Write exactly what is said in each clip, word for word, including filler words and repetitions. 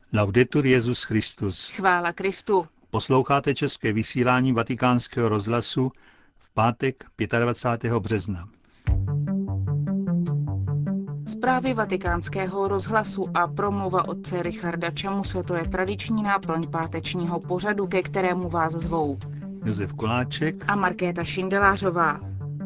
Laudetur Jesus Christus. Chvála Kristu. Posloucháte české vysílání Vatikánského rozhlasu v pátek dvacátého pátého března. Zprávy Vatikánského rozhlasu a promluva otce Richarda Čamuse, to je tradiční náplň pátečního pořadu, ke kterému vás zvou Josef Koláček a Markéta Šindelářová.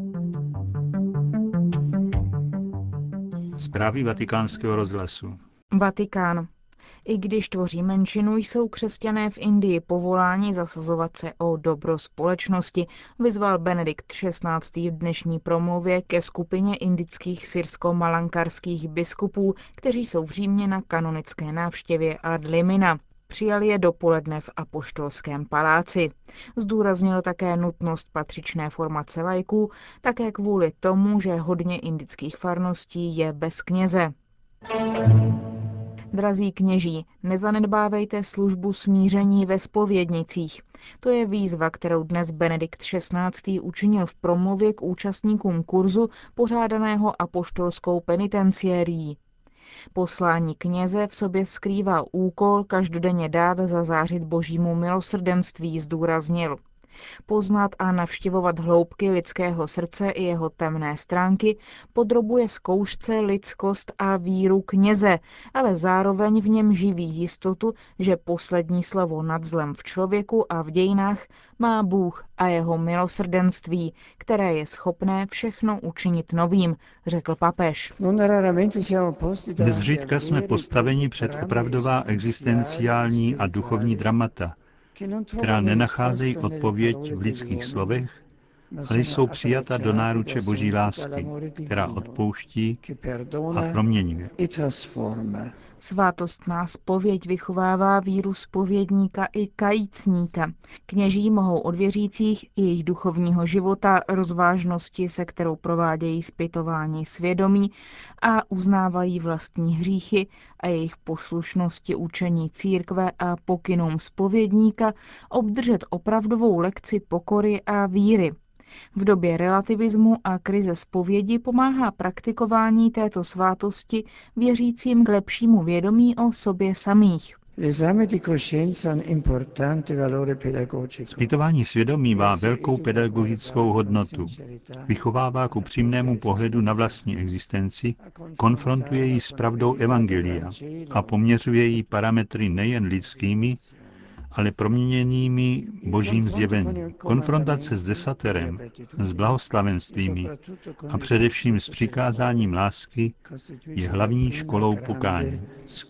Zprávy Vatikánského rozhlasu. Vatikán. I když tvoří menšinu, jsou křesťané v Indii povoláni zasazovat se o dobro společnosti, vyzval Benedikt šestnáctý v dnešní promluvě ke skupině indických syrsko-malankarských biskupů, kteří jsou v Římě na kanonické návštěvě ad limina. Přijali je dopoledne v Apoštolském paláci. Zdůraznil také nutnost patřičné formace laiků, také kvůli tomu, že hodně indických farností je bez kněze. Drazí kněží, nezanedbávejte službu smíření ve zpovědnicích. To je výzva, kterou dnes Benedikt šestnáctý učinil v promluvě k účastníkům kurzu pořádaného apoštolskou penitenciérií. Poslání kněze v sobě skrývá úkol každodenně dát zazářit božímu milosrdenství, zdůraznil. Poznat a navštěvovat hloubky lidského srdce i jeho temné stránky podrobuje zkoušce lidskost a víru kněze, ale zároveň v něm živí jistotu, že poslední slovo nad zlem v člověku a v dějinách má Bůh a jeho milosrdenství, které je schopné všechno učinit novým, řekl papež. Nezřídka jsme postaveni před opravdová existenciální a duchovní dramata, která nenacházejí odpověď v lidských slovech, ale jsou přijata do náruče Boží lásky, která odpouští a proměňuje. Svátostná zpověď vychovává víru zpovědníka i kajícníka. Kněží mohou od věřících i jejich duchovního života, rozvážnosti, se kterou provádějí zpytování svědomí a uznávají vlastní hříchy a jejich poslušnosti učení církve a pokynům zpovědníka, obdržet opravdovou lekci pokory a víry. V době relativismu a krize zpovědi pomáhá praktikování této svátosti věřícím k lepšímu vědomí o sobě samých. Zpytování svědomí má velkou pedagogickou hodnotu. Vychovává k upřímnému pohledu na vlastní existenci, konfrontuje ji s pravdou evangelia a poměřuje ji parametry nejen lidskými, ale proměněnými božím zjevením. Konfrontace s desaterem, s blahoslavenstvími a především s přikázáním lásky je hlavní školou pokání.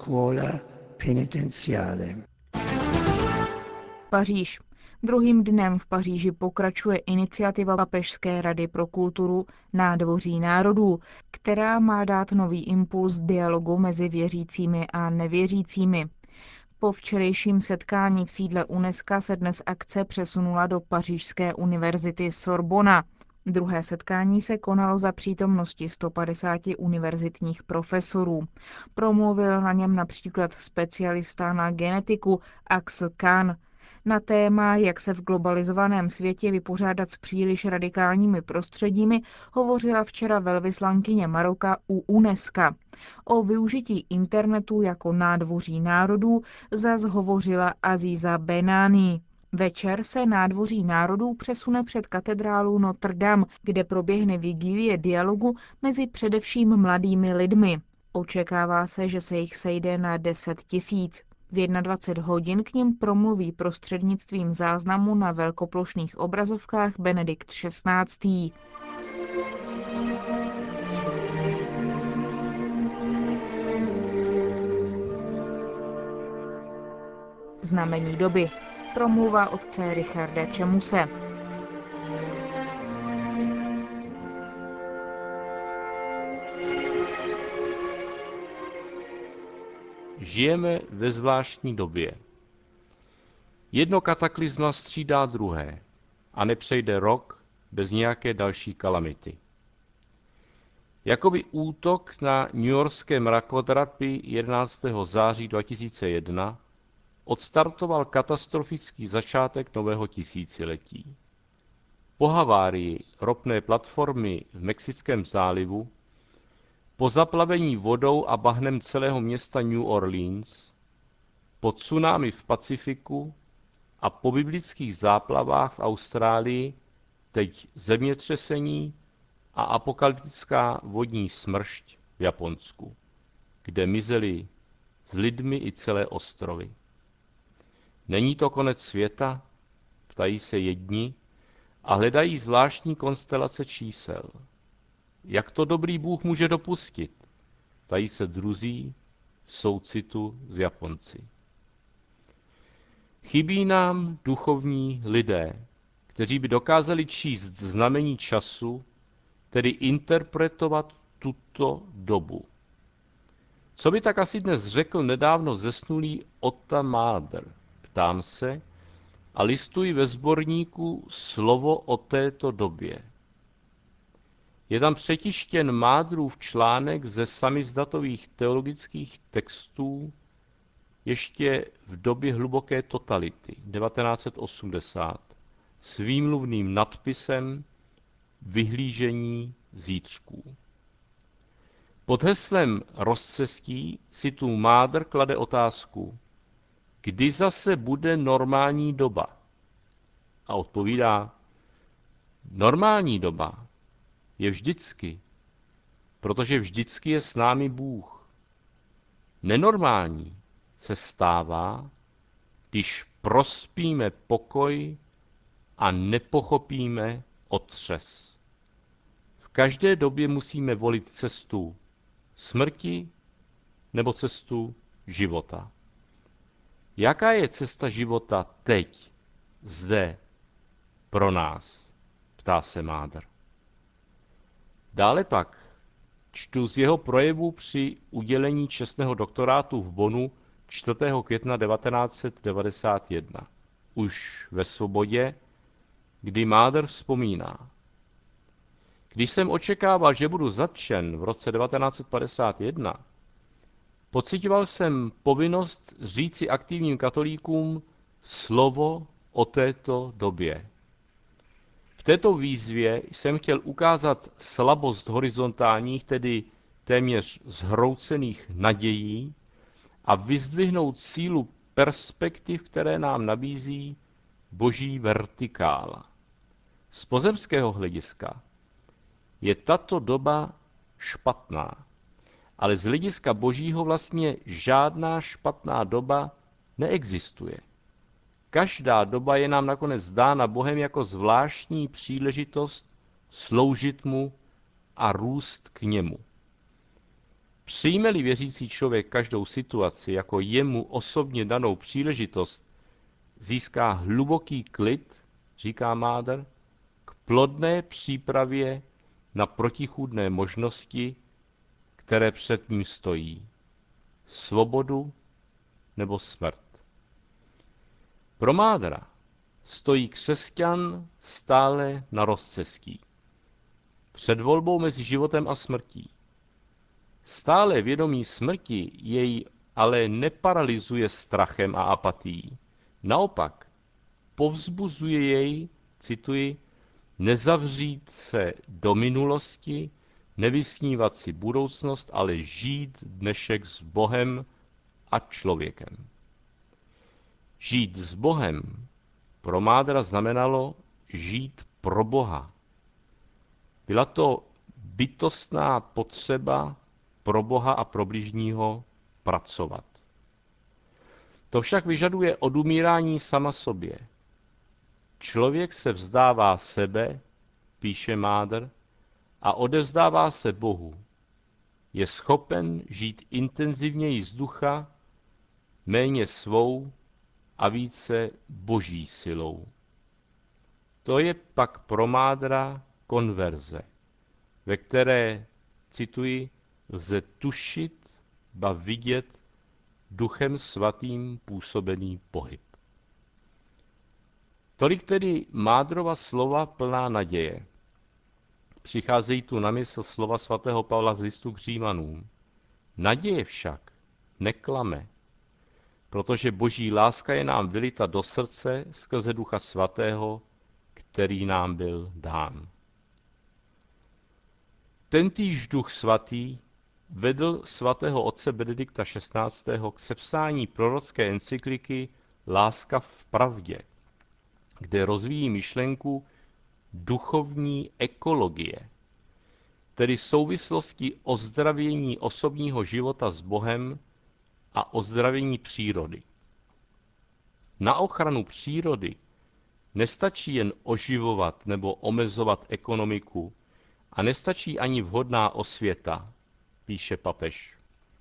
Paříž. Druhým dnem v Paříži pokračuje iniciativa Papežské rady pro kulturu Nádvoří národů, která má dát nový impuls dialogu mezi věřícími a nevěřícími. Po včerejším setkání v sídle UNESCO se dnes akce přesunula do pařížské univerzity Sorbona. Druhé setkání se konalo za přítomnosti sto padesáti univerzitních profesorů. Promluvil na něm například specialista na genetiku Axel Kahn. Na téma, jak se v globalizovaném světě vypořádat s příliš radikálními prostředími, hovořila včera velvyslankyně Maroka u UNESCO. O využití internetu jako nádvoří národů zas hovořila Aziza Benani. Večer se nádvoří národů přesune před katedrálu Notre Dame, kde proběhne vigílie dialogu mezi především mladými lidmi. Očekává se, že se jich sejde na deset tisíc. V dvacet jedna hodin k nim promluví prostřednictvím záznamu na velkoplošných obrazovkách Benedikt šestnáctý. Znamení doby. Promluva otce Richarda Čamuse. Žijeme ve zvláštní době. Jedno kataklizma střídá druhé a nepřejde rok bez nějaké další kalamity. Jakoby útok na newyorské mrakodrapy jedenáctého září dva tisíce jedna odstartoval katastrofický začátek nového tisíciletí. Po havárii ropné platformy v Mexickém zálivu, po zaplavení vodou a bahnem celého města New Orleans, po tsunami v Pacifiku a po biblických záplavách v Austrálii teď zemětřesení a apokalyptická vodní smršť v Japonsku, kde mizely s lidmi i celé ostrovy. Není to konec světa? Ptají se jedni a hledají zvláštní konstelace čísel. Jak to dobrý Bůh může dopustit? Ptají se druzí v soucitu s Japonci. Chybí nám duchovní lidé, kteří by dokázali číst znamení času, tedy interpretovat tuto dobu. Co by tak asi dnes řekl nedávno zesnulý Otta Mader? Ptám se a listuji ve sborníku Slovo o této době. Je tam přetištěn Mádrův článek ze samizdatových teologických textů ještě v době hluboké totality devatenáct set osmdesát s výmluvným nadpisem Vyhlížení zítřků. Pod heslem Rozcestí si tu Mádr klade otázku, kdy zase bude normální doba? A odpovídá, normální doba je vždycky, protože vždycky je s námi Bůh. Nenormální se stává, když prospíme pokoj a nepochopíme otřes. V každé době musíme volit cestu smrti nebo cestu života. Jaká je cesta života teď, zde, pro nás? Ptá se Mádr. Dále pak čtu z jeho projevu při udělení čestného doktorátu v Bonnu čtvrtého května devatenáct set devadesát jedna. Už ve svobodě, kdy Mádr vzpomíná. Když jsem očekával, že budu zatčen v roce devatenáct set padesát jedna, pocitoval jsem povinnost říci aktivním katolíkům slovo o této době. V této výzvě jsem chtěl ukázat slabost horizontálních, tedy téměř zhroucených nadějí a vyzdvihnout sílu perspektiv, které nám nabízí boží vertikála. Z pozemského hlediska je tato doba špatná, ale z hlediska božího vlastně žádná špatná doba neexistuje. Každá doba je nám nakonec dána Bohem jako zvláštní příležitost sloužit mu a růst k němu. Přijme-li věřící člověk každou situaci jako jemu osobně danou příležitost, získá hluboký klid, říká Mádr, k plodné přípravě na protichůdné možnosti, které před ním stojí. Svobodu nebo smrt. Pro Mádra stojí křesťan stále na rozcestí. Před volbou mezi životem a smrtí. Stále vědomí smrti jej ale neparalyzuje strachem a apatií. Naopak, povzbuzuje jej, cituji, nezavřít se do minulosti, nevysnívat si budoucnost, ale žít dnešek s Bohem a člověkem. Žít s Bohem pro Mádra znamenalo žít pro Boha. Byla to bytostná potřeba pro Boha a pro bližního pracovat. To však vyžaduje odumírání sama sobě. Člověk se vzdává sebe, píše Mádr, a odevzdává se Bohu. Je schopen žít intenzivněji z ducha, méně svou a více boží silou. To je pak pro Mádra konverze, ve které, cituji, lze tušit, ba vidět duchem svatým působený pohyb. Tolik tedy Mádrova slova plná naděje. Přicházejí tu na mysl slova svatého Pavla z listu k Římanům. Naděje však neklame, protože boží láska je nám vylita do srdce skrze Ducha svatého, který nám byl dán. Tentýž Duch svatý vedl svatého otce Benedikta šestnáctého k sepsání prorocké encykliky Láska v pravdě, kde rozvíjí myšlenku duchovní ekologie, tedy souvislosti ozdravění osobního života s Bohem a ozdravění přírody. Na ochranu přírody nestačí jen oživovat nebo omezovat ekonomiku a nestačí ani vhodná osvěta, píše papež.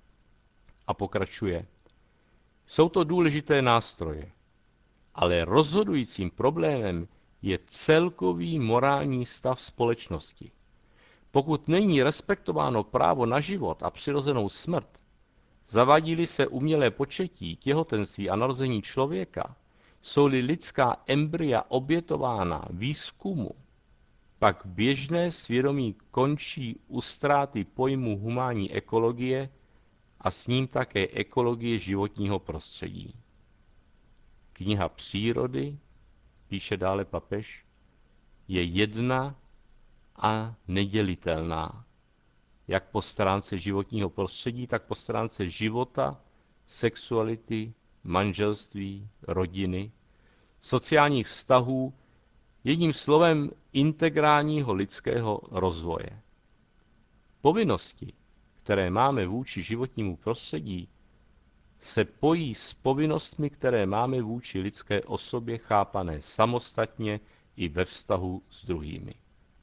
A pokračuje. Jsou to důležité nástroje, ale rozhodujícím problémem je celkový morální stav společnosti. Pokud není respektováno právo na život a přirozenou smrt, zavádí-li se umělé početí, těhotenství a narození člověka, jsou-li lidská embrya obětována výzkumu, pak běžné svědomí končí u ztráty pojmu humánní ekologie a s ním také ekologie životního prostředí. Kniha přírody, píše dále papež, je jedna a nedělitelná, jak po stránce životního prostředí, tak po stránce života, sexuality, manželství, rodiny, sociálních vztahů, jedním slovem integrálního lidského rozvoje. Povinnosti, které máme vůči životnímu prostředí, se pojí s povinnostmi, které máme vůči lidské osobě chápané samostatně i ve vztahu s druhými.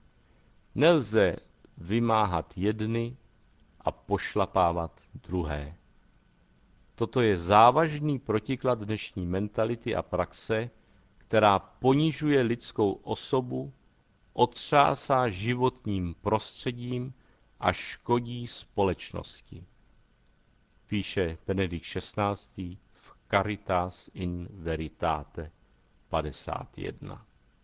Nelze vymáhat jedny a pošlapávat druhé. Toto je závažný protiklad dnešní mentality a praxe, která ponižuje lidskou osobu, otřásá životním prostředím a škodí společnosti. Píše Benedikt šestnáctý v Caritas in Veritate padesát jedna.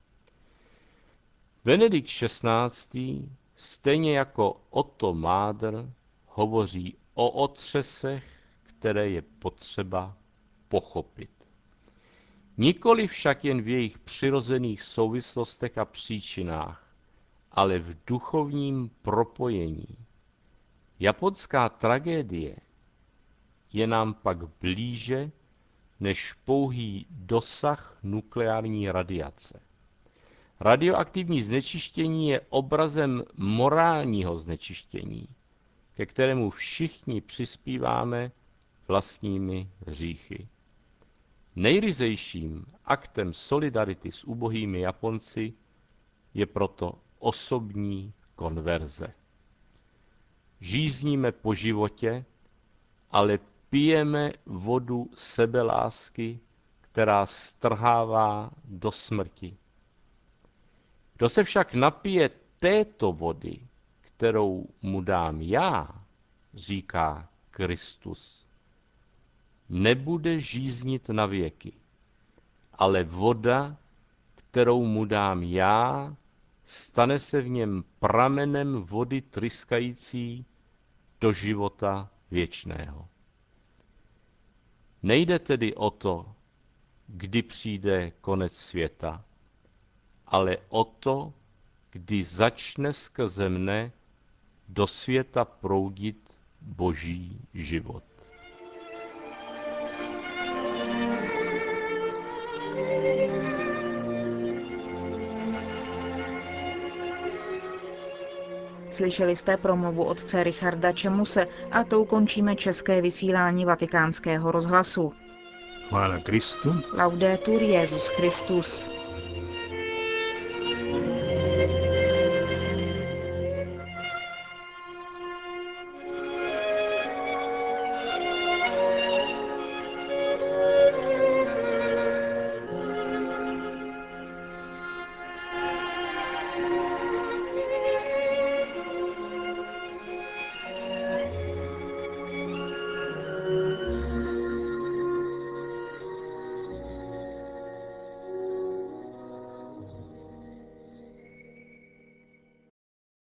Benedikt šestnáctý stejně jako Otto Mádr hovoří o otřesech, které je potřeba pochopit. Nikoli však jen v jejich přirozených souvislostech a příčinách, ale v duchovním propojení. Japonská tragédie je nám pak blíže než pouhý dosah nukleární radiace. Radioaktivní znečištění je obrazem morálního znečištění, ke kterému všichni přispíváme vlastními hříchy. Nejryzejším aktem solidarity s ubohými Japonci je proto osobní konverze. Žízníme po životě, ale pijeme vodu sebelásky, která strhává do smrti. Kdo se však napije této vody, kterou mu dám já, říká Kristus, nebude žíznit na věky, ale voda, kterou mu dám já, stane se v něm pramenem vody tryskající do života věčného. Nejde tedy o to, kdy přijde konec světa, ale o to, kdy začne skrze mne do světa proudit boží život. Slyšeli jste promluvu otce Richarda Čemuse a tou končíme české vysílání Vatikánského rozhlasu. Chvála Kristu. Laudetur Jesus Christus.